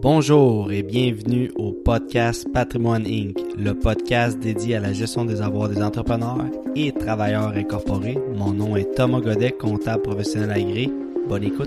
Bonjour et bienvenue au podcast Patrimoine Inc., le podcast dédié à la gestion des avoirs des entrepreneurs et travailleurs incorporés. Mon nom est Thomas Godet, comptable professionnel agréé. Bonne écoute.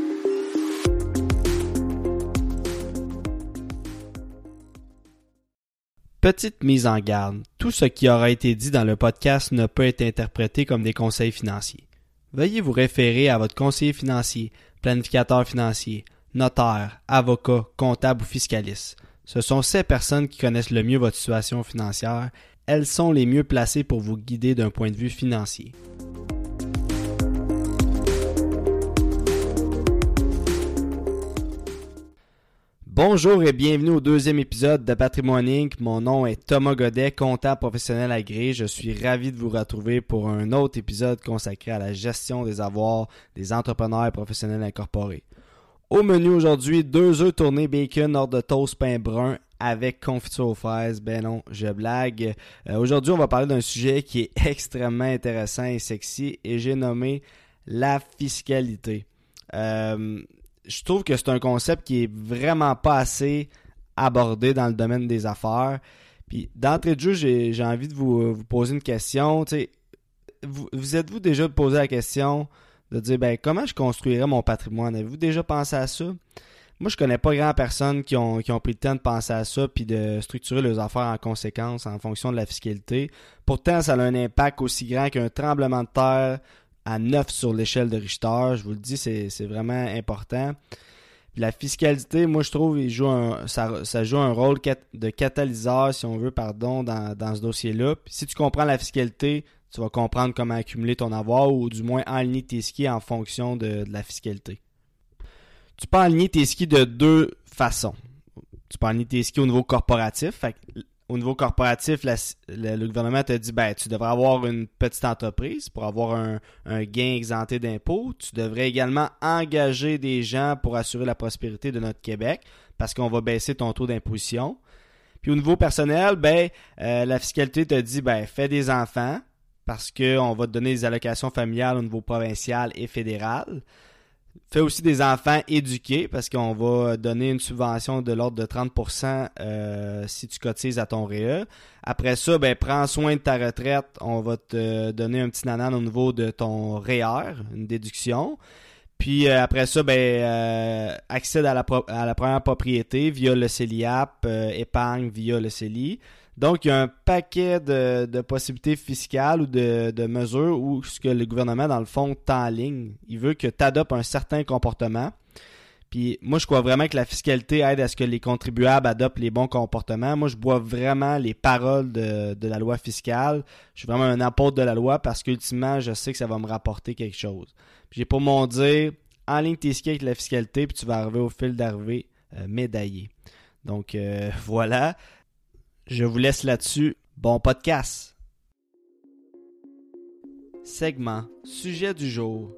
Petite mise en garde. Tout ce qui aura été dit dans le podcast ne peut être interprété comme des conseils financiers. Veuillez vous référer à votre conseiller financier, planificateur financier, notaire, avocat, comptable ou fiscaliste. Ce sont ces personnes qui connaissent le mieux votre situation financière. Elles sont les mieux placées pour vous guider d'un point de vue financier. Bonjour et bienvenue au deuxième épisode de Patrimoine Inc. Mon nom est Thomas Godet, comptable professionnel agréé. Je suis ravi de vous retrouver pour un autre épisode consacré à la gestion des avoirs des entrepreneurs professionnels incorporés. Au menu aujourd'hui, 2 œufs tournés bacon hors de toast pain brun avec confiture aux fraises. Ben non, je blague. Aujourd'hui, on va parler d'un sujet qui est extrêmement intéressant et sexy et j'ai nommé la fiscalité. Je trouve que c'est un concept qui est vraiment pas assez abordé dans le domaine des affaires. Puis d'entrée de jeu, j'ai envie de vous poser une question. Tu sais, vous êtes-vous déjà posé la question de dire comment je construirais mon patrimoine? Avez-vous déjà pensé à ça? Moi, je connais pas grand personne qui ont pris le temps de penser à ça puis de structurer leurs affaires en conséquence en fonction de la fiscalité. Pourtant, ça a un impact aussi grand qu'un tremblement de terre à 9 sur l'échelle de Richter. Je vous le dis, c'est vraiment important. Puis la fiscalité, moi, je trouve, ça joue un rôle de catalyseur, si on veut, dans ce dossier-là. Puis si tu comprends la fiscalité, tu vas comprendre comment accumuler ton avoir ou du moins aligner tes skis en fonction de la fiscalité. Tu peux aligner tes skis de 2 façons. Tu peux aligner tes skis au niveau corporatif. Fait que, au niveau corporatif, le gouvernement te dit tu devrais avoir une petite entreprise pour avoir un gain exempté d'impôts. Tu devrais également engager des gens pour assurer la prospérité de notre Québec parce qu'on va baisser ton taux d'imposition. Puis au niveau personnel, la fiscalité te dit fais des enfants parce qu'on va te donner des allocations familiales au niveau provincial et fédéral. Fais aussi des enfants éduqués parce qu'on va donner une subvention de l'ordre de 30% si tu cotises à ton REE. Après ça, prends soin de ta retraite. On va te donner un petit nanan au niveau de ton REER, une déduction. Puis après ça, accède à la première propriété via le CELIAP, épargne via le CELI. Donc, il y a un paquet de possibilités fiscales ou de mesures où ce que le gouvernement, dans le fond, t'enligne. Il veut que tu adoptes un certain comportement. Puis moi, je crois vraiment que la fiscalité aide à ce que les contribuables adoptent les bons comportements. Moi, je bois vraiment les paroles de la loi fiscale. Je suis vraiment un apôtre de la loi parce qu'ultimement, je sais que ça va me rapporter quelque chose. Puis j'ai pour mon dire, enligne tes skis avec la fiscalité puis tu vas arriver au fil d'arrivée médaillé. Donc, voilà. Je vous laisse là-dessus. Bon podcast. Segment Sujet du jour.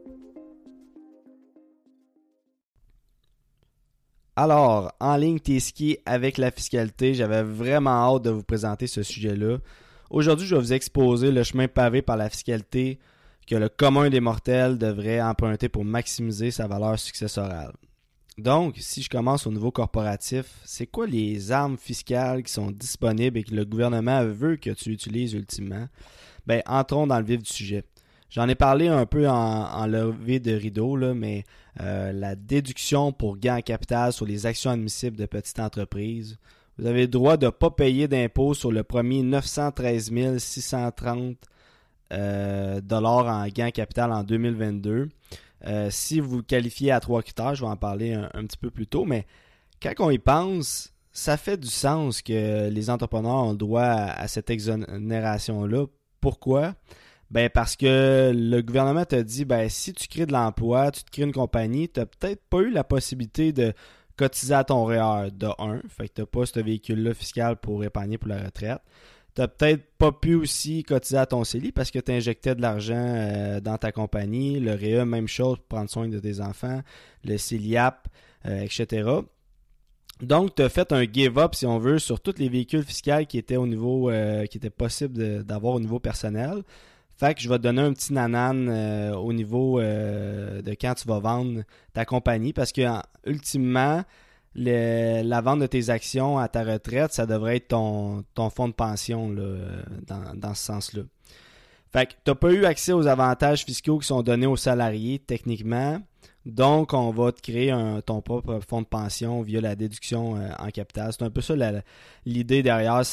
Alors, en ligne tes skis avec la fiscalité, j'avais vraiment hâte de vous présenter ce sujet-là. Aujourd'hui, je vais vous exposer le chemin pavé par la fiscalité que le commun des mortels devrait emprunter pour maximiser sa valeur successorale. Donc, si je commence au niveau corporatif, c'est quoi les armes fiscales qui sont disponibles et que le gouvernement veut que tu utilises ultimement? Entrons dans le vif du sujet. J'en ai parlé un peu en levée de rideau, mais la déduction pour gain en capital sur les actions admissibles de petites entreprises. Vous avez le droit de ne pas payer d'impôt sur le premier 913 630 dollars en gain en capital en 2022. Si vous le qualifiez à 3 critères, je vais en parler un petit peu plus tôt, mais quand on y pense, ça fait du sens que les entrepreneurs ont le droit à cette exonération-là. Pourquoi? Parce que le gouvernement t'a dit, si tu crées de l'emploi, tu te crées une compagnie, tu n'as peut-être pas eu la possibilité de cotiser à ton REER de 1, fait que tu n'as pas ce véhicule-là fiscal pour épargner pour la retraite. Tu n'as peut-être pas pu aussi cotiser à ton CELI parce que tu injectais de l'argent dans ta compagnie. Le REER, même chose pour prendre soin de tes enfants. Le CELIAP, etc. Donc, tu as fait un give-up, si on veut, sur tous les véhicules fiscaux qui étaient au niveau, qui étaient possibles d'avoir au niveau personnel. Fait que je vais te donner un petit nanan au niveau de quand tu vas vendre ta compagnie parce que ultimement, la vente de tes actions à ta retraite, ça devrait être ton fonds de pension là, dans ce sens-là. Fait que tu n'as pas eu accès aux avantages fiscaux qui sont donnés aux salariés techniquement. Donc, on va te créer ton propre fonds de pension via la déduction en capital. C'est un peu ça l'idée derrière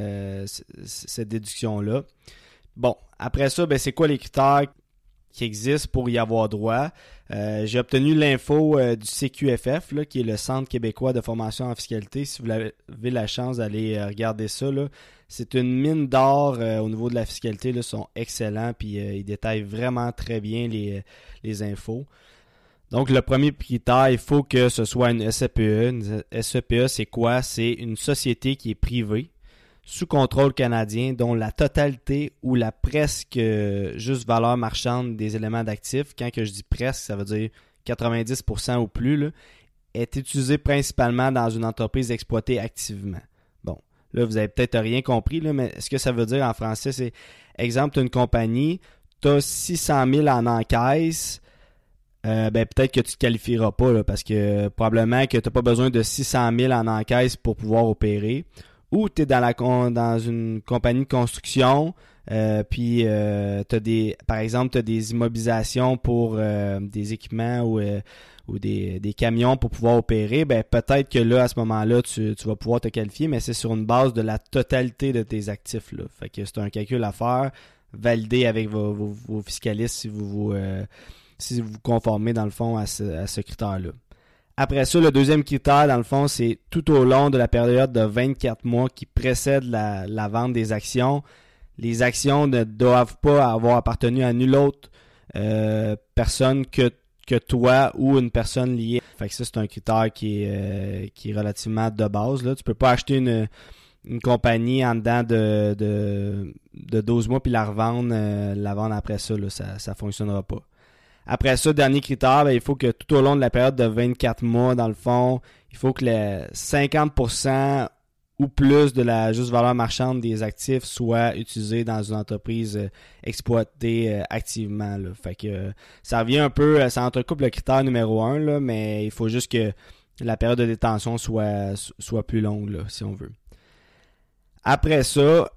cette déduction-là. Bon, après ça, ben, c'est quoi les critères qui existent pour y avoir droit? J'ai obtenu l'info du CQFF, là, qui est le Centre québécois de formation en fiscalité. Si vous avez la chance d'aller regarder ça, là, c'est une mine d'or au niveau de la fiscalité. Là, ils sont excellents, puis ils détaillent vraiment très bien les infos. Donc, le premier critère, il faut que ce soit une SCPE. Une SCPE, c'est quoi? C'est une société qui est privée, sous contrôle canadien, dont la totalité ou la presque juste valeur marchande des éléments d'actifs, quand que je dis presque, ça veut dire 90% ou plus, là, est utilisée principalement dans une entreprise exploitée activement. Bon, là, vous avez peut-être rien compris, là, mais ce que ça veut dire en français, c'est, exemple, tu as une compagnie, tu as 600 000 en encaisse, ben peut-être que tu ne te qualifieras pas là, parce que probablement que tu n'as pas besoin de 600 000 en encaisse pour pouvoir opérer. Ou tu es dans une compagnie de construction, puis par exemple, tu as des immobilisations pour des équipements ou des camions pour pouvoir opérer, ben peut-être que là, à ce moment-là, tu vas pouvoir te qualifier, mais c'est sur une base de la totalité de tes actifs, là. Fait que c'est un calcul à faire, validé avec vos fiscalistes si vous vous conformez, dans le fond, à ce critère-là. Après ça, le deuxième critère, dans le fond, c'est tout au long de la période de 24 mois qui précède la vente des actions. Les actions ne doivent pas avoir appartenu à nulle autre personne que toi ou une personne liée. Fait que ça, c'est un critère qui est relativement de base, là. Tu peux pas acheter une compagnie en dedans de 12 mois puis la vendre après ça, là, ça fonctionnera pas. Après ça, dernier critère, ben, il faut que tout au long de la période de 24 mois, dans le fond, il faut que les 50% ou plus de la juste valeur marchande des actifs soit utilisé dans une entreprise exploitée activement, là. Fait que ça revient un peu, ça entrecoupe le critère numéro 1, là, mais il faut juste que la période de détention soit plus longue, là, si on veut. Après ça,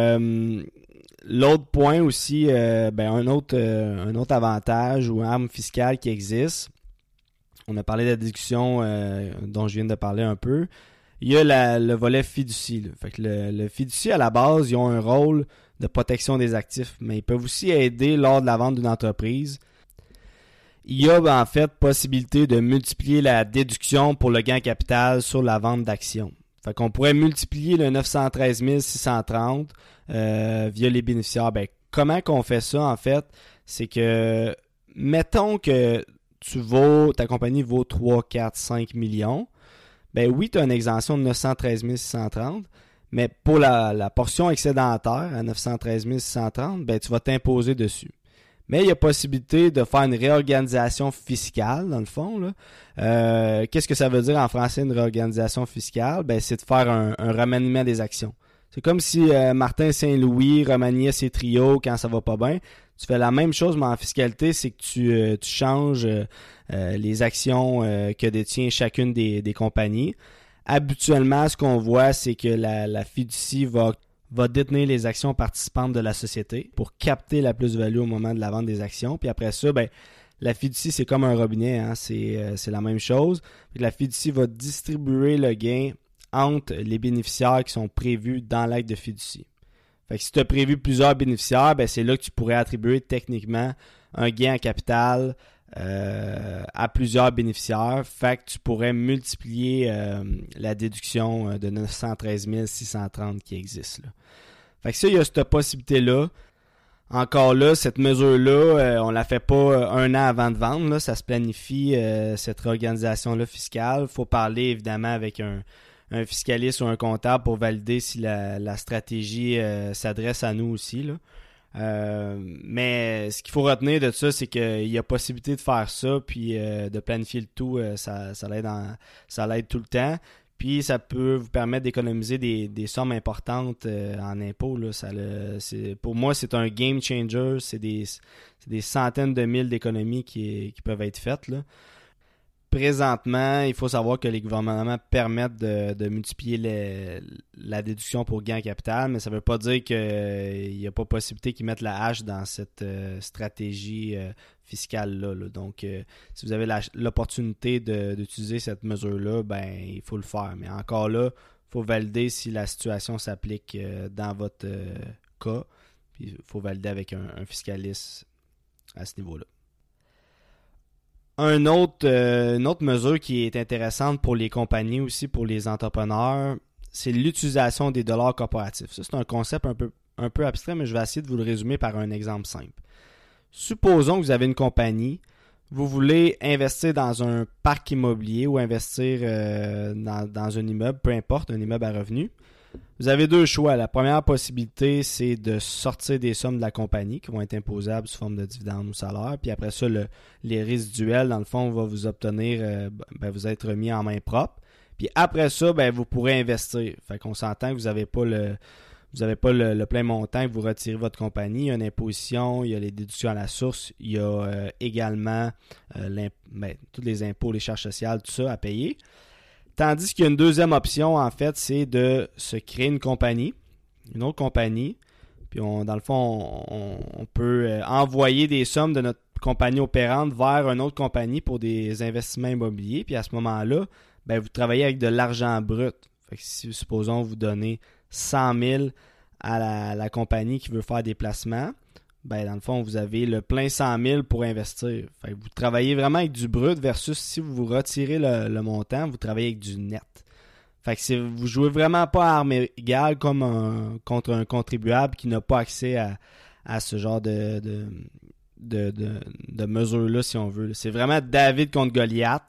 l'autre point aussi, un autre avantage ou arme fiscale qui existe, on a parlé de la déduction dont je viens de parler un peu, il y a le volet fiducie, là. Fait que le fiducie, à la base, ils ont un rôle de protection des actifs, mais ils peuvent aussi aider lors de la vente d'une entreprise. Il y a en fait possibilité de multiplier la déduction pour le gain capital sur la vente d'actions. Fait qu'on pourrait multiplier le 913 630 via les bénéficiaires. Ben, comment qu'on fait ça, en fait? C'est que, mettons que ta compagnie vaut 3, 4, 5 millions. Ben oui, tu as une exemption de 913 630, mais pour la portion excédentaire à 913 630, ben tu vas t'imposer dessus. Mais il y a possibilité de faire une réorganisation fiscale, dans le fond, là. Qu'est-ce que ça veut dire en français, une réorganisation fiscale? Ben, c'est de faire un remaniement des actions. C'est comme si Martin Saint-Louis remaniait ses trios quand ça va pas bien. Tu fais la même chose, mais en fiscalité, c'est que tu changes les actions que détient chacune des compagnies. Habituellement, ce qu'on voit, c'est que la fiducie va détenir les actions participantes de la société pour capter la plus-value au moment de la vente des actions. Puis après ça, ben, la fiducie, c'est comme un robinet, hein? C'est la même chose. Puis la fiducie va distribuer le gain entre les bénéficiaires qui sont prévus dans l'acte de fiducie. Fait que si tu as prévu plusieurs bénéficiaires, ben c'est là que tu pourrais attribuer techniquement un gain en capital à plusieurs bénéficiaires. Fait que tu pourrais multiplier la déduction de 913 630 qui existe, là. Fait que ça, il y a cette possibilité-là. Encore là, cette mesure-là, on la fait pas un an avant de vendre, là. Ça se planifie, cette réorganisation-là fiscale. Il faut parler évidemment avec un fiscaliste ou un comptable pour valider si la stratégie s'adresse à nous aussi, là. Mais ce qu'il faut retenir de ça, c'est qu'il y a possibilité de faire ça, puis de planifier le tout, ça l'aide tout le temps. Puis ça peut vous permettre d'économiser des sommes importantes en impôts, là. Pour moi, c'est un game changer. C'est des centaines de mille d'économies qui peuvent être faites, là. présentement, il faut savoir que les gouvernements permettent de multiplier la déduction pour gain en capital, mais ça ne veut pas dire qu'il n'y a pas possibilité qu'ils mettent la hache dans cette stratégie fiscale-là. Là. Donc, si vous avez l'opportunité d'utiliser cette mesure-là, ben il faut le faire. Mais encore là, il faut valider si la situation s'applique dans votre cas. Puis il faut valider avec un fiscaliste à ce niveau-là. Une autre mesure qui est intéressante pour les compagnies aussi, pour les entrepreneurs, c'est l'utilisation des dollars corporatifs. Ça, c'est un concept un peu abstrait, mais je vais essayer de vous le résumer par un exemple simple. Supposons que vous avez une compagnie, vous voulez investir dans un parc immobilier ou investir dans un immeuble, peu importe, un immeuble à revenus. Vous avez deux choix. La première possibilité, c'est de sortir des sommes de la compagnie qui vont être imposables sous forme de dividendes ou salaire. Puis après ça, les résiduels, dans le fond, va vous obtenir, vous être remis en main propre. Puis après ça, vous pourrez investir. Fait qu'on s'entend que vous n'avez pas le plein montant, que vous retirez votre compagnie. Il y a une imposition, il y a les déductions à la source, il y a également tous les impôts, les charges sociales, tout ça à payer. Tandis qu'il y a une deuxième option, en fait, c'est de se créer une autre compagnie. Puis dans le fond, on peut envoyer des sommes de notre compagnie opérante vers une autre compagnie pour des investissements immobiliers. Puis à ce moment-là, vous travaillez avec de l'argent brut. Fait que si, supposons, vous donnez 100 000 à la compagnie qui veut faire des placements, dans le fond, vous avez le plein 100 000 pour investir. Fait que vous travaillez vraiment avec du brut versus si vous retirez le montant, vous travaillez avec du net. Fait que vous jouez vraiment pas à armes égales comme contre un contribuable qui n'a pas accès à ce genre de mesures-là, si on veut. C'est vraiment David contre Goliath.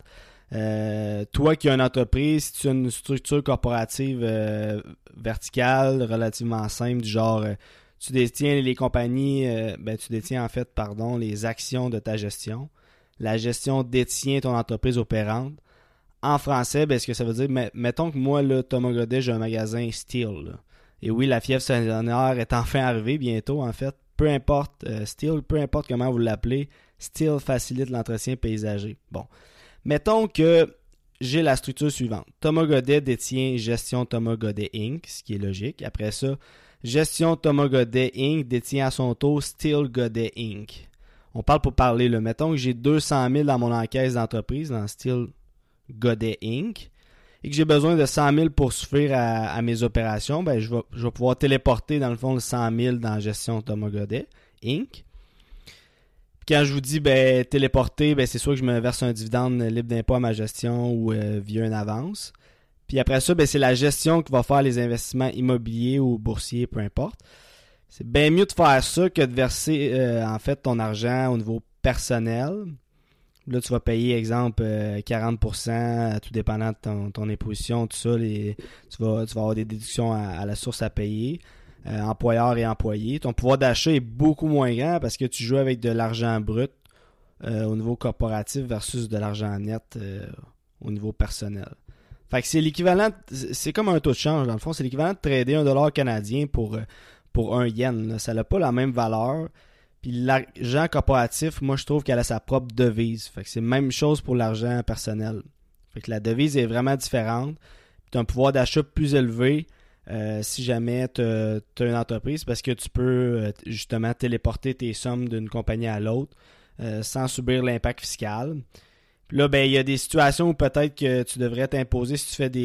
Toi qui as une entreprise, si tu as une structure corporative verticale, relativement simple, du genre... tu détiens les compagnies, tu détiens en fait, les actions de ta gestion. La gestion détient ton entreprise opérante. En français, ce que ça veut dire, mettons que moi, là, Thomas Godet, j'ai un magasin Steel. Là. Et oui, la fièvre saisonnière est enfin arrivée bientôt, en fait. Peu importe, Steel, peu importe comment vous l'appelez, Steel facilite l'entretien paysager. Bon. Mettons que j'ai la structure suivante. Thomas Godet détient Gestion Thomas Godet Inc., ce qui est logique. Après ça, Gestion Thomas Godet Inc. détient à son tour Steel Godet Inc. On parle pour parler. Là. Mettons que j'ai 200 000 dans mon encaisse d'entreprise, dans Steel Godet Inc. et que j'ai besoin de 100 000 pour suffire à mes opérations, je vais pouvoir téléporter dans le fond le 100 000 dans Gestion Thomas Godet Inc. Quand je vous dis téléporter, c'est soit que je me verse un dividende libre d'impôt à ma gestion ou via une avance. Puis après ça, c'est la gestion qui va faire les investissements immobiliers ou boursiers, peu importe. C'est bien mieux de faire ça que de verser en fait ton argent au niveau personnel. Là, tu vas payer, exemple, 40%, tout dépendant de ton imposition, tout ça. Tu vas avoir des déductions à la source à payer, employeur et employé. Ton pouvoir d'achat est beaucoup moins grand parce que tu joues avec de l'argent brut au niveau corporatif versus de l'argent net au niveau personnel. Fait que c'est l'équivalent, c'est comme un taux de change dans le fond, c'est l'équivalent de trader $1 canadien pour un yen. Là. Ça n'a pas la même valeur. Puis l'argent corporatif, moi je trouve qu'elle a sa propre devise. Fait que c'est la même chose pour l'argent personnel. Fait que la devise est vraiment différente. Tu as un pouvoir d'achat plus élevé si jamais tu as une entreprise parce que tu peux justement téléporter tes sommes d'une compagnie à l'autre sans subir l'impact fiscal. Puis là, il y a des situations où peut-être que tu devrais t'imposer si tu fais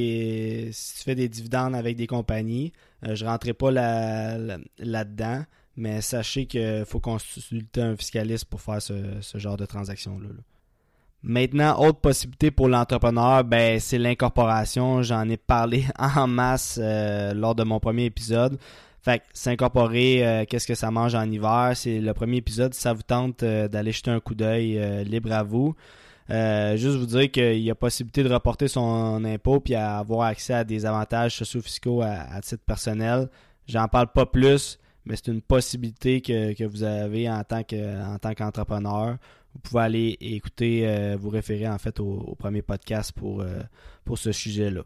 des dividendes avec des compagnies. Je ne rentrerai pas là-dedans, mais sachez qu'il faut consulter un fiscaliste pour faire ce genre de transaction-là. Là. Maintenant, autre possibilité pour l'entrepreneur, c'est l'incorporation. J'en ai parlé en masse lors de mon premier épisode. Fait que s'incorporer, qu'est-ce que ça mange en hiver? C'est le premier épisode. Si ça vous tente d'aller jeter un coup d'œil, libre à vous. Juste vous dire qu'il y a possibilité de reporter son impôt puis avoir accès à des avantages socio-fiscaux à titre personnel. J'en parle pas plus, mais c'est une possibilité que vous avez en tant qu'entrepreneur. Vous pouvez aller écouter, vous référer en fait au premier podcast pour ce sujet-là.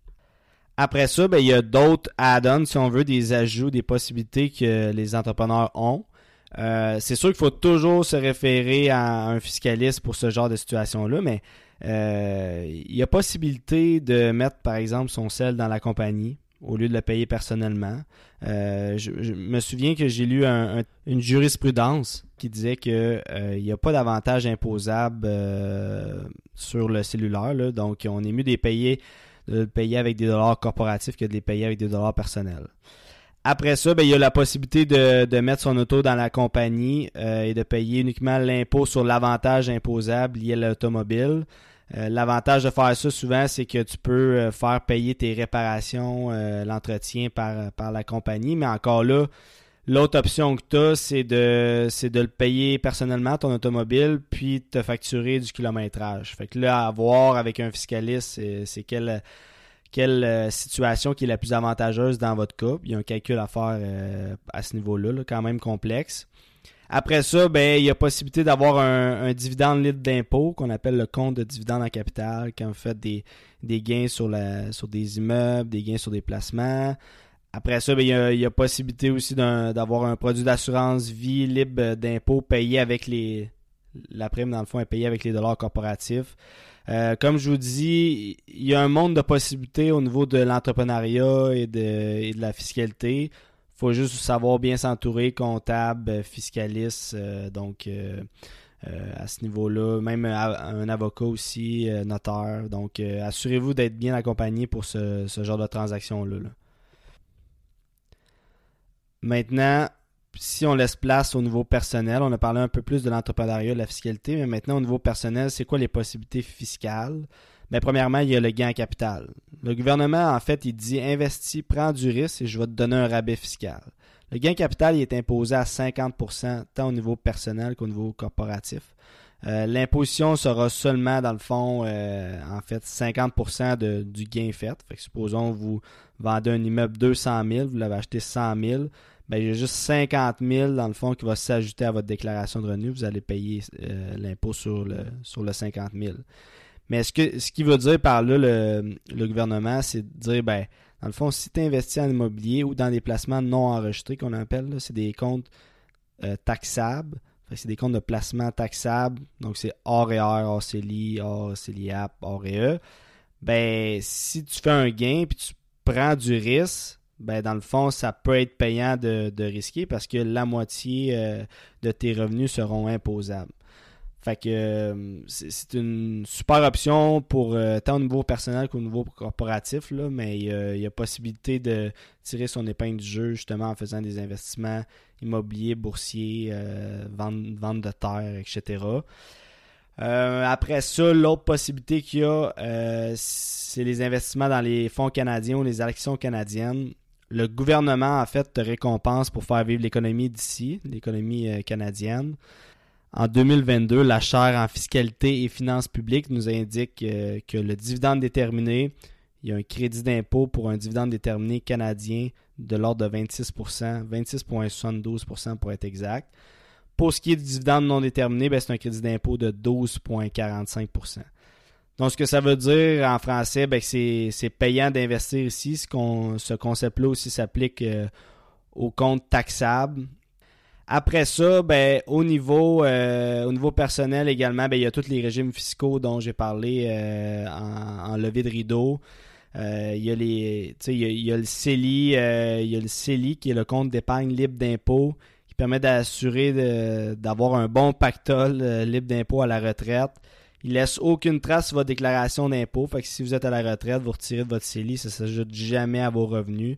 Après ça, il y a d'autres add-ons, si on veut, des ajouts, des possibilités que les entrepreneurs ont. C'est sûr qu'il faut toujours se référer à un fiscaliste pour ce genre de situation-là, mais il y a possibilité de mettre, par exemple, son sel dans la compagnie au lieu de le payer personnellement. Je me souviens que j'ai lu une jurisprudence qui disait que il n'y a pas d'avantage imposable sur le cellulaire, là. Donc, on est mieux de le payer avec des dollars corporatifs que de les payer avec des dollars personnels. Après ça, il y a la possibilité de mettre son auto dans la compagnie et de payer uniquement l'impôt sur l'avantage imposable lié à l'automobile. L'avantage de faire ça souvent, c'est que tu peux faire payer tes réparations, l'entretien par la compagnie, mais encore là, l'autre option que tu as, c'est de le payer personnellement, ton automobile, puis te facturer du kilométrage. Fait que là, à voir avec un fiscaliste, c'est quelle situation qui est la plus avantageuse dans votre cas. Il y a un calcul à faire à ce niveau-là, là, quand même complexe. Après ça, il y a possibilité d'avoir un dividende libre d'impôt qu'on appelle le compte de dividende en capital quand vous faites des gains sur des immeubles, des gains sur des placements. Après ça, il y a possibilité aussi d'avoir un produit d'assurance vie libre d'impôt payé avec la prime, dans le fond, est payée avec les dollars corporatifs. Comme je vous dis, il y a un monde de possibilités au niveau de l'entrepreneuriat et de la fiscalité. Il faut juste savoir bien s'entourer, comptable, fiscaliste, à ce niveau-là, même un avocat aussi, notaire. Donc, assurez-vous d'être bien accompagné pour ce genre de transaction-là. Là. Maintenant, si on laisse place au niveau personnel, on a parlé un peu plus de l'entrepreneuriat, de la fiscalité, mais maintenant au niveau personnel, c'est quoi les possibilités fiscales? Premièrement, il y a le gain en capital. Le gouvernement, en fait, il dit investis, prends du risque et je vais te donner un rabais fiscal. Le gain en capital, il est imposé à 50% tant au niveau personnel qu'au niveau corporatif. L'imposition sera seulement, dans le fond, 50% du gain fait. Fait que supposons que vous vendez un immeuble 200 000, vous l'avez acheté 100 000, il y a juste 50 000 dans le fond qui va s'ajouter à votre déclaration de revenus. Vous allez payer l'impôt sur le 50 000. Mais ce qu'il veut dire par là, le gouvernement, c'est de dire, dans le fond, si tu investis en immobilier ou dans des placements non enregistrés qu'on appelle, là, c'est des comptes taxables. C'est des comptes de placement taxables. Donc, c'est hors REER, hors CELI, hors CELIAP, hors REE. Si tu fais un gain puis tu prends du risque, dans le fond, ça peut être payant de risquer parce que la moitié de tes revenus seront imposables. Fait que c'est une super option pour tant au niveau personnel qu'au niveau corporatif, là, mais il y a possibilité de tirer son épingle du jeu justement en faisant des investissements immobiliers, boursiers, vente de terre, etc. Après ça, l'autre possibilité qu'il y a, c'est les investissements dans les fonds canadiens ou les actions canadiennes. Le gouvernement, en fait, te récompense pour faire vivre l'économie d'ici, l'économie canadienne. En 2022, la chaire en fiscalité et finances publiques nous indique que le dividende déterminé, il y a un crédit d'impôt pour un dividende déterminé canadien de l'ordre de 26%, 26,72% pour être exact. Pour ce qui est du dividende non déterminé, c'est un crédit d'impôt de 12,45%. Donc, ce que ça veut dire en français, c'est payant d'investir ici. Ce concept-là aussi s'applique aux comptes taxables. Après ça, au niveau personnel également, il y a tous les régimes fiscaux dont j'ai parlé en levée de rideau. Il y a le CELI, il y a le CELI qui est le compte d'épargne libre d'impôt qui permet d'assurer d'avoir un bon pactole libre d'impôt à la retraite. Il laisse aucune trace sur votre déclaration d'impôt. Fait que si vous êtes à la retraite, vous retirez de votre CELI, ça ne s'ajoute jamais à vos revenus.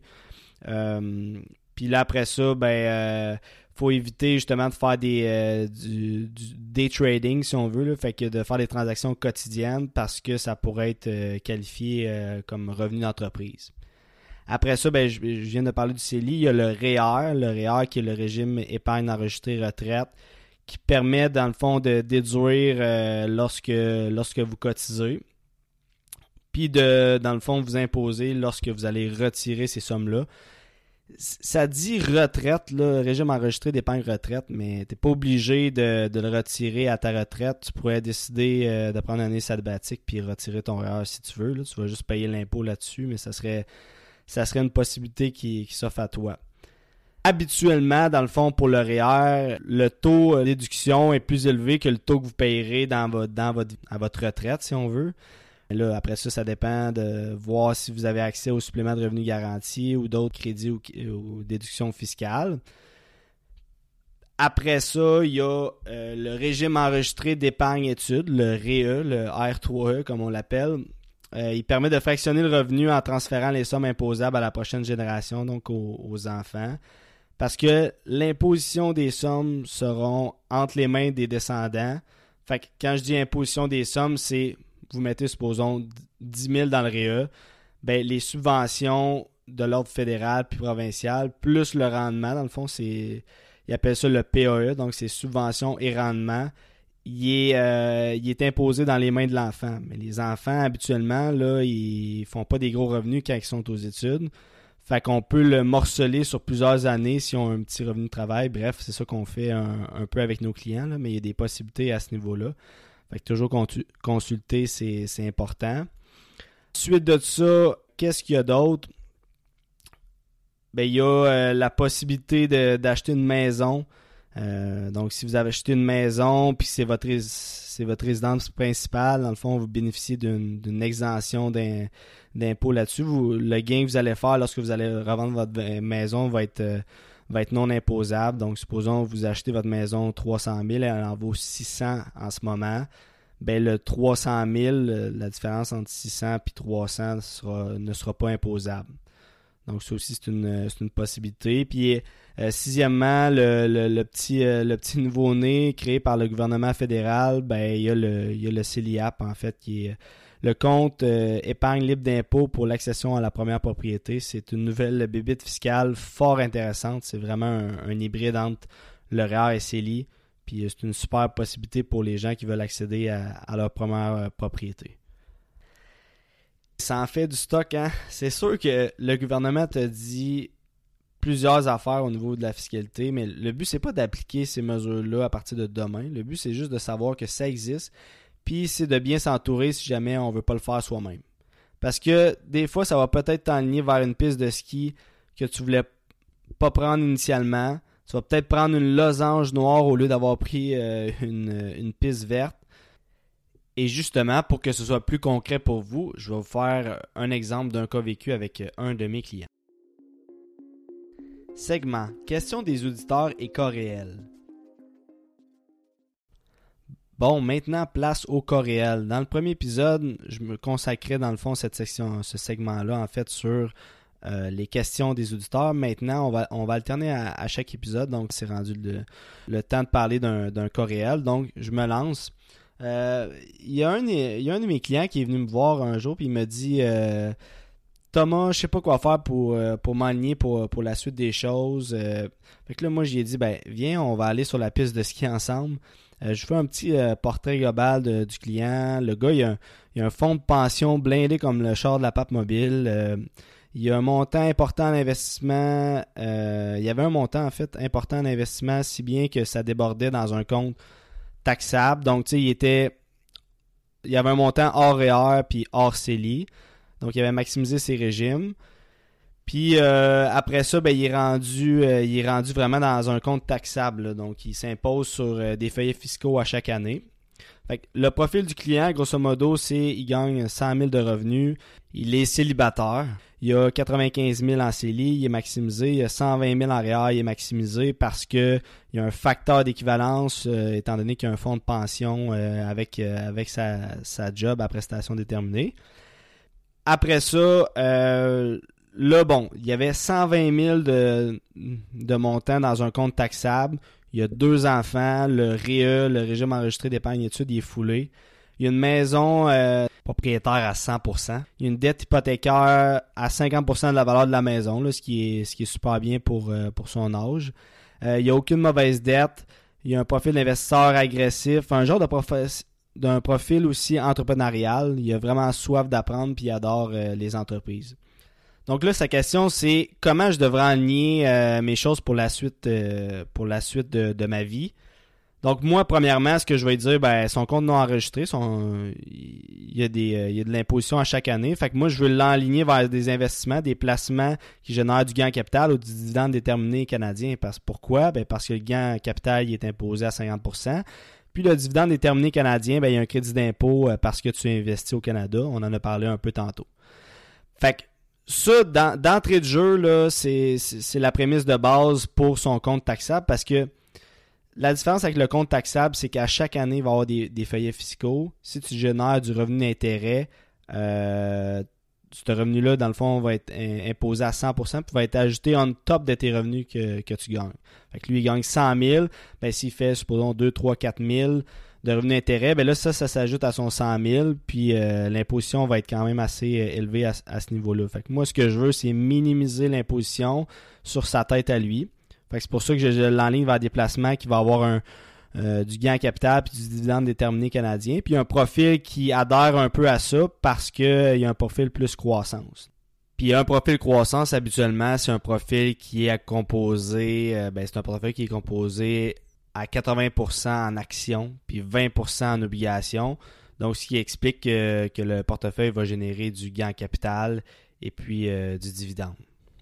Puis là, après ça, faut éviter justement de faire du day trading, si on veut, là, fait que de faire des transactions quotidiennes parce que ça pourrait être qualifié comme revenu d'entreprise. Après ça, je viens de parler du CELI. Il y a le REER qui est le régime épargne enregistrée retraite, qui permet, dans le fond, de déduire lorsque vous cotisez. Puis dans le fond, vous imposer lorsque vous allez retirer ces sommes-là. Ça dit retraite, là, régime enregistré d'épargne retraite, mais tu n'es pas obligé de le retirer à ta retraite. Tu pourrais décider de prendre une année sabbatique puis retirer ton REER si tu veux. Là. Tu vas juste payer l'impôt là-dessus, mais ça serait une possibilité qui s'offre à toi. Habituellement, dans le fond, pour le REER, le taux de déduction est plus élevé que le taux que vous payerez à votre retraite, si on veut. Et là, après ça, ça dépend de voir si vous avez accès au supplément de revenu garanti ou d'autres crédits ou déductions fiscales. Après ça, il y a le régime enregistré d'épargne études, le REE, le R3E comme on l'appelle. Il permet de fractionner le revenu en transférant les sommes imposables à la prochaine génération, donc aux enfants. Parce que l'imposition des sommes seront entre les mains des descendants. Fait que quand je dis imposition des sommes, c'est, vous mettez, supposons, 10 000 dans le REE, ben, les subventions de l'ordre fédéral puis provincial, plus le rendement, dans le fond, ils appellent ça le PAE, donc c'est subventions et rendement. Il est imposé dans les mains de l'enfant. Mais les enfants, habituellement, là, ils font pas des gros revenus quand ils sont aux études. Fait qu'on peut le morceler sur plusieurs années si on a un petit revenu de travail. Bref, c'est ça qu'on fait un peu avec nos clients, là, mais il y a des possibilités à ce niveau-là. Fait que toujours consulter, c'est important. Suite de ça, qu'est-ce qu'il y a d'autre? Ben, il y a la possibilité d'acheter une maison. Donc, si vous avez acheté une maison puis c'est votre résidence principale, dans le fond, vous bénéficiez d'une exemption d'impôt là-dessus. Le gain que vous allez faire lorsque vous allez revendre votre maison va être non imposable. Donc, supposons que vous achetez votre maison 300 000 et elle en vaut 600 en ce moment. Ben, le 300 000, la différence entre 600 et 300 ne sera pas imposable. Donc, ça aussi, c'est une possibilité. Puis, sixièmement, le petit nouveau-né créé par le gouvernement fédéral, ben, il y a le CELIAP, en fait, qui est le compte épargne libre d'impôt pour l'accession à la première propriété. C'est une nouvelle bébite fiscale fort intéressante. C'est vraiment un hybride entre le REER et CELI. Puis, c'est une super possibilité pour les gens qui veulent accéder à leur première propriété. Ça en fait du stock, hein? C'est sûr que le gouvernement te dit plusieurs affaires au niveau de la fiscalité, mais le but, c'est pas d'appliquer ces mesures-là à partir de demain. Le but, c'est juste de savoir que ça existe, puis c'est de bien s'entourer si jamais on veut pas le faire soi-même. Parce que des fois, ça va peut-être t'enligner vers une piste de ski que tu voulais pas prendre initialement. Tu vas peut-être prendre une losange noire au lieu d'avoir pris une piste verte. Et justement, pour que ce soit plus concret pour vous, je vais vous faire un exemple d'un cas vécu avec un de mes clients. Segment Questions des auditeurs et cas réels. Bon, maintenant, place au cas réel. Dans le premier épisode, je me consacrais dans le fond ce segment-là, en fait, sur les questions des auditeurs. Maintenant, on va alterner à chaque épisode, donc c'est rendu le temps de parler d'un cas réel. Donc, je me lance. Il y a un de mes clients qui est venu me voir un jour et il me dit Thomas, je sais pas quoi faire pour m'aligner pour la suite des choses. Fait que là, moi, j'ai dit viens, on va aller sur la piste de ski ensemble. Je fais un petit portrait global du client. Le gars, il a un fonds de pension blindé comme le char de la pape mobile. Il y a un montant important en investissement. Il y avait un montant, en fait, important en investissement, si bien que ça débordait dans un compte taxable. Donc, tu sais, il y avait un montant hors REER puis hors CELI. Donc, il avait maximisé ses régimes. Puis, après ça, il est rendu vraiment dans un compte taxable. Là. Donc, il s'impose sur des feuillets fiscaux à chaque année. Fait que le profil du client, grosso modo, il gagne 100 000 de revenus. Il est célibataire. Il y a 95 000 en CELI, il est maximisé. Il y a 120 000 en REER, il est maximisé parce que il y a un facteur d'équivalence, étant donné qu'il y a un fonds de pension avec sa job à prestation déterminée. Après ça, là, bon, il y avait 120 000 de montant dans un compte taxable. Il y a 2 enfants. Le REE, le régime enregistré d'épargne études, il est foulé. Il y a une maison propriétaire à 100%. Il y a une dette hypothécaire à 50% de la valeur de la maison, là, ce qui est super bien pour son âge. Il n'y a aucune mauvaise dette. Il y a un profil d'investisseur agressif. Un genre d'un profil aussi entrepreneurial. Il a vraiment soif d'apprendre puis il adore les entreprises. Donc là, sa question, c'est comment je devrais aligner mes choses pour la suite de ma vie. Donc moi, premièrement, ce que je vais dire, son compte non enregistré, il il y a de l'imposition à chaque année. Fait que moi, je veux l'enligner vers des investissements, des placements qui génèrent du gain en capital ou du dividende déterminé canadien. Pourquoi? Parce que le gain en capital il est imposé à 50%. Puis le dividende déterminé canadien, il y a un crédit d'impôt parce que tu investis au Canada. On en a parlé un peu tantôt. Fait que ça, d'entrée de jeu, là, c'est la prémisse de base pour son compte taxable parce que la différence avec le compte taxable, c'est qu'à chaque année, il va y avoir des feuillets fiscaux. Si tu génères du revenu d'intérêt, ce revenu-là, dans le fond, va être imposé à 100% puis va être ajouté on top de tes revenus que tu gagnes. Fait que lui, il gagne 100 000. S'il fait, supposons, 2, 3, 4 000 de revenus d'intérêt, là, ça s'ajoute à son 100 000 puis l'imposition va être quand même assez élevée à ce niveau-là. Fait que moi, ce que je veux, c'est minimiser l'imposition sur sa tête à lui. Fait que c'est pour ça que je l'enligne vers des placements qui va avoir du gain en capital puis du dividende déterminé canadien. Puis un profil qui adhère un peu à ça parce qu'il y a un profil plus croissance. Puis un profil croissance, habituellement, c'est un profil qui est composé, c'est un portefeuille qui est composé à 80% en actions puis 20% en obligations. Donc, ce qui explique que le portefeuille va générer du gain en capital et puis du dividende.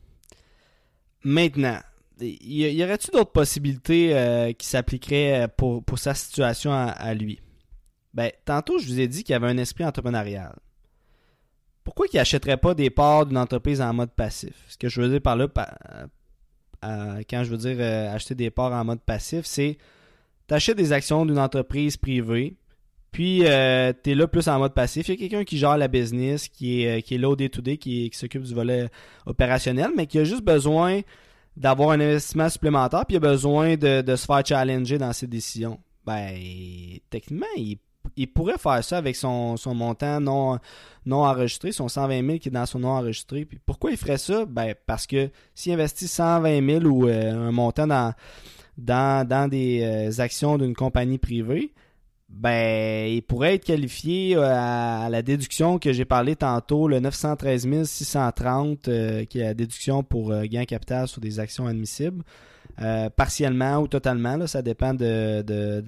Maintenant, y aurait-il d'autres possibilités qui s'appliqueraient pour sa situation à lui? Tantôt, je vous ai dit qu'il y avait un esprit entrepreneurial. Pourquoi il n'achèterait pas des parts d'une entreprise en mode passif? Ce que je veux dire par là, quand je veux dire acheter des parts en mode passif, c'est tu achètes des actions d'une entreprise privée, puis tu es là plus en mode passif. Il y a quelqu'un qui gère la business, qui est là au day-to-day, qui s'occupe du volet opérationnel, mais qui a juste besoin d'avoir un investissement supplémentaire, puis il a besoin de se faire challenger dans ses décisions. Techniquement, il pourrait faire ça avec son montant non enregistré, son 120 000 qui est dans son non enregistré. Puis pourquoi il ferait ça? Parce que s'il investit 120 000 ou un montant dans des actions d'une compagnie privée, il pourrait être qualifié à la déduction que j'ai parlé tantôt, le 913 630, qui est la déduction pour gain capital sur des actions admissibles, partiellement ou totalement, là, ça dépend du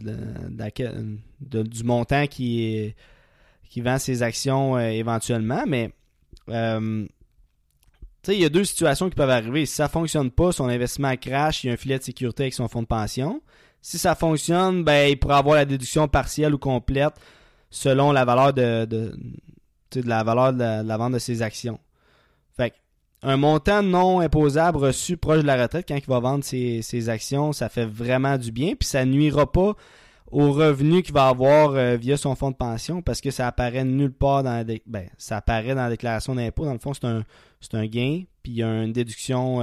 montant qui vend ses actions éventuellement, mais il y a deux situations qui peuvent arriver. Si ça ne fonctionne pas, son investissement crash, il y a un filet de sécurité avec son fonds de pension. Si ça fonctionne, il pourra avoir la déduction partielle ou complète selon la valeur de la valeur de la vente de ses actions. Fait que, un montant non imposable reçu proche de la retraite quand il va vendre ses actions, ça fait vraiment du bien, puis ça nuira pas au revenu qu'il va avoir via son fonds de pension parce que ça apparaît nulle part ça apparaît dans la déclaration d'impôt. Dans le fond, c'est un gain, puis il y a une déduction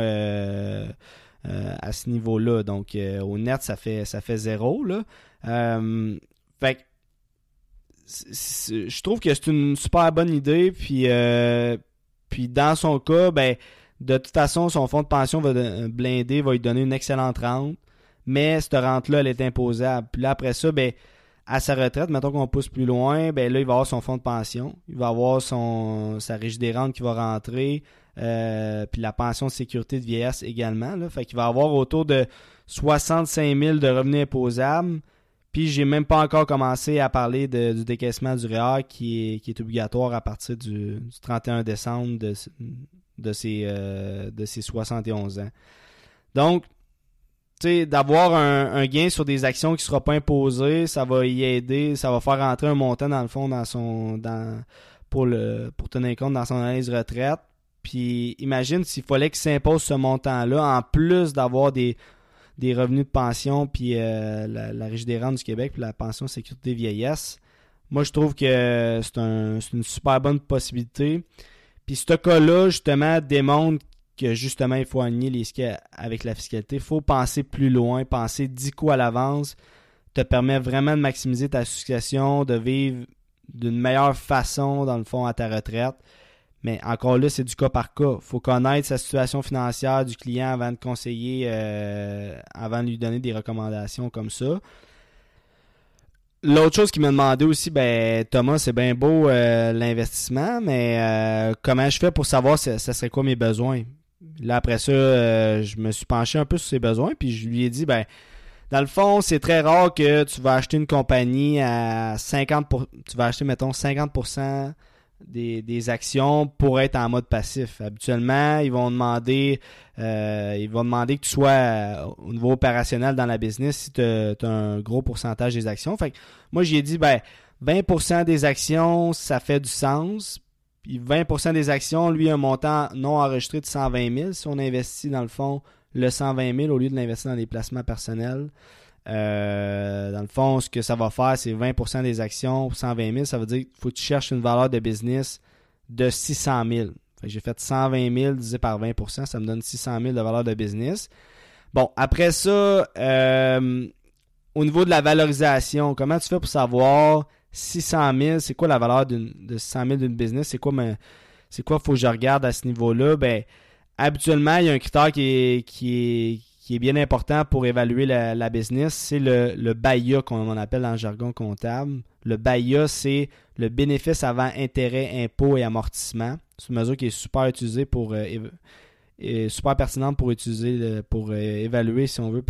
à ce niveau-là. Donc, au net, ça fait 0, là. Fait que je trouve que c'est une super bonne idée. Puis dans son cas, de toute façon, son fonds de pension blindé va lui donner une excellente rente. Mais cette rente-là, elle est imposable. Puis là, après ça, à sa retraite, mettons qu'on pousse plus loin, là, il va avoir son fonds de pension. Il va avoir sa régie des rentes qui va rentrer. Puis la pension de sécurité de vieillesse également. Là. Fait qu'il va avoir autour de 65 000 de revenus imposables. Puis j'ai même pas encore commencé à parler du décaissement du REER qui est obligatoire à partir du 31 décembre de ses 71 ans. Donc, d'avoir un gain sur des actions qui ne sera pas imposé, ça va y aider, ça va faire rentrer un montant dans le fond pour tenir compte dans son analyse de retraite. Puis imagine s'il fallait qu'il s'impose ce montant-là, en plus d'avoir des revenus de pension, puis la Régie des rentes du Québec, puis la pension de sécurité vieillesse. Moi, je trouve que c'est une super bonne possibilité. Puis ce cas-là, justement, démontre que justement, il faut aligner les skis avec la fiscalité. Il faut penser plus loin, penser 10 coups à l'avance, te permet vraiment de maximiser ta succession, de vivre d'une meilleure façon, dans le fond, à ta retraite. Mais encore là, c'est du cas par cas. Il faut connaître sa situation financière du client avant de conseiller, avant de lui donner des recommandations comme ça. L'autre chose qu'il m'a demandé aussi, Thomas, c'est bien beau l'investissement, mais comment je fais pour savoir ça serait quoi mes besoins? Là, après ça, je me suis penché un peu sur ses besoins, puis je lui ai dit, Dans le fond, c'est très rare que tu vas acheter une compagnie à 50%, tu vas acheter, mettons, 50% des actions pour être en mode passif. Habituellement, ils vont demander que tu sois au niveau opérationnel dans la business si tu as un gros pourcentage des actions. Fait que moi, j'ai dit, 20% des actions, ça fait du sens. Puis 20% des actions, lui, un montant non enregistré de 120 000. Si on investit, dans le fond, le 120 000 au lieu de l'investir dans des placements personnels. Dans le fond, ce que ça va faire, c'est 20% des actions pour 120 000. Ça veut dire qu'il faut que tu cherches une valeur de business de 600 000. Fait que j'ai fait 120 000 divisé par 20%. Ça me donne 600 000 de valeur de business. Bon, après ça, au niveau de la valorisation, comment tu fais pour savoir 600 000, c'est quoi la valeur de 600 000 d'une business? C'est quoi faut que je regarde à ce niveau-là? Habituellement, il y a un critère qui est bien important pour évaluer la business, c'est le BAIA qu'on appelle dans le jargon comptable. Le BAIA, c'est le bénéfice avant intérêt, impôts et amortissement. C'est une mesure qui est super utilisée super pertinente pour évaluer, si on veut,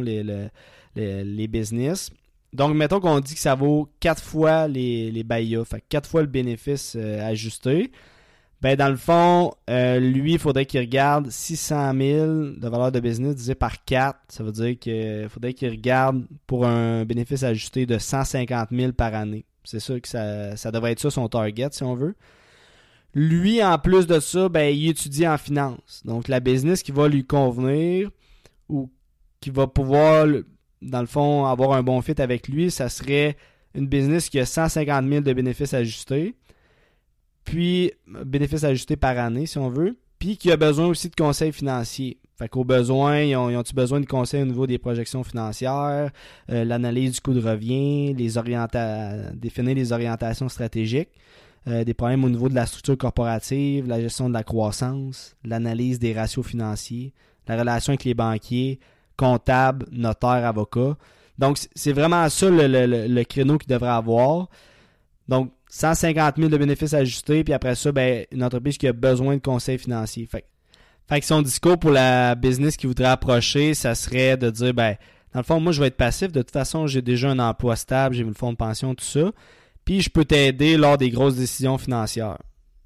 les business. Donc, mettons qu'on dit que ça vaut 4 fois les BAIA, fait 4 fois le bénéfice ajusté. Dans le fond, lui, il faudrait qu'il regarde 600 000 de valeur de business divisé par 4. Ça veut dire qu'il faudrait qu'il regarde pour un bénéfice ajusté de 150 000 par année. C'est sûr que ça devrait être ça son target, si on veut. Lui, en plus de ça, il étudie en finance. Donc, la business qui va lui convenir ou qui va pouvoir, dans le fond, avoir un bon fit avec lui, ça serait une business qui a 150 000 de bénéfices ajustés. Puis, bénéfices ajustés par année, si on veut, puis qui a besoin aussi de conseils financiers. Fait qu'au besoin, ils ont-ils besoin de conseils au niveau des projections financières, l'analyse du coût de revient, définir les orientations stratégiques, des problèmes au niveau de la structure corporative, la gestion de la croissance, l'analyse des ratios financiers, la relation avec les banquiers, comptables, notaires, avocats. Donc, c'est vraiment ça le créneau qu'il devrait avoir. Donc, 150 000 de bénéfices ajustés, puis après ça, une entreprise qui a besoin de conseils financiers. Fait que son discours pour la business qui voudrait approcher, ça serait de dire, dans le fond, moi, je vais être passif. De toute façon, j'ai déjà un emploi stable, j'ai le fonds de pension, tout ça. Puis, je peux t'aider lors des grosses décisions financières.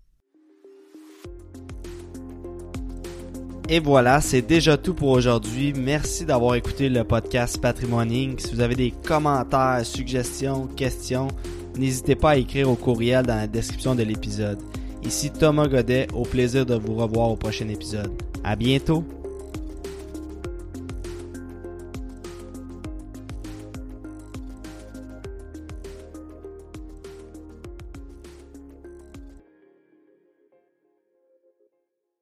Et voilà, c'est déjà tout pour aujourd'hui. Merci d'avoir écouté le podcast Patrimoine. Si vous avez des commentaires, suggestions, questions, n'hésitez pas à écrire au courriel dans la description de l'épisode. Ici Thomas Godet, au plaisir de vous revoir au prochain épisode. À bientôt!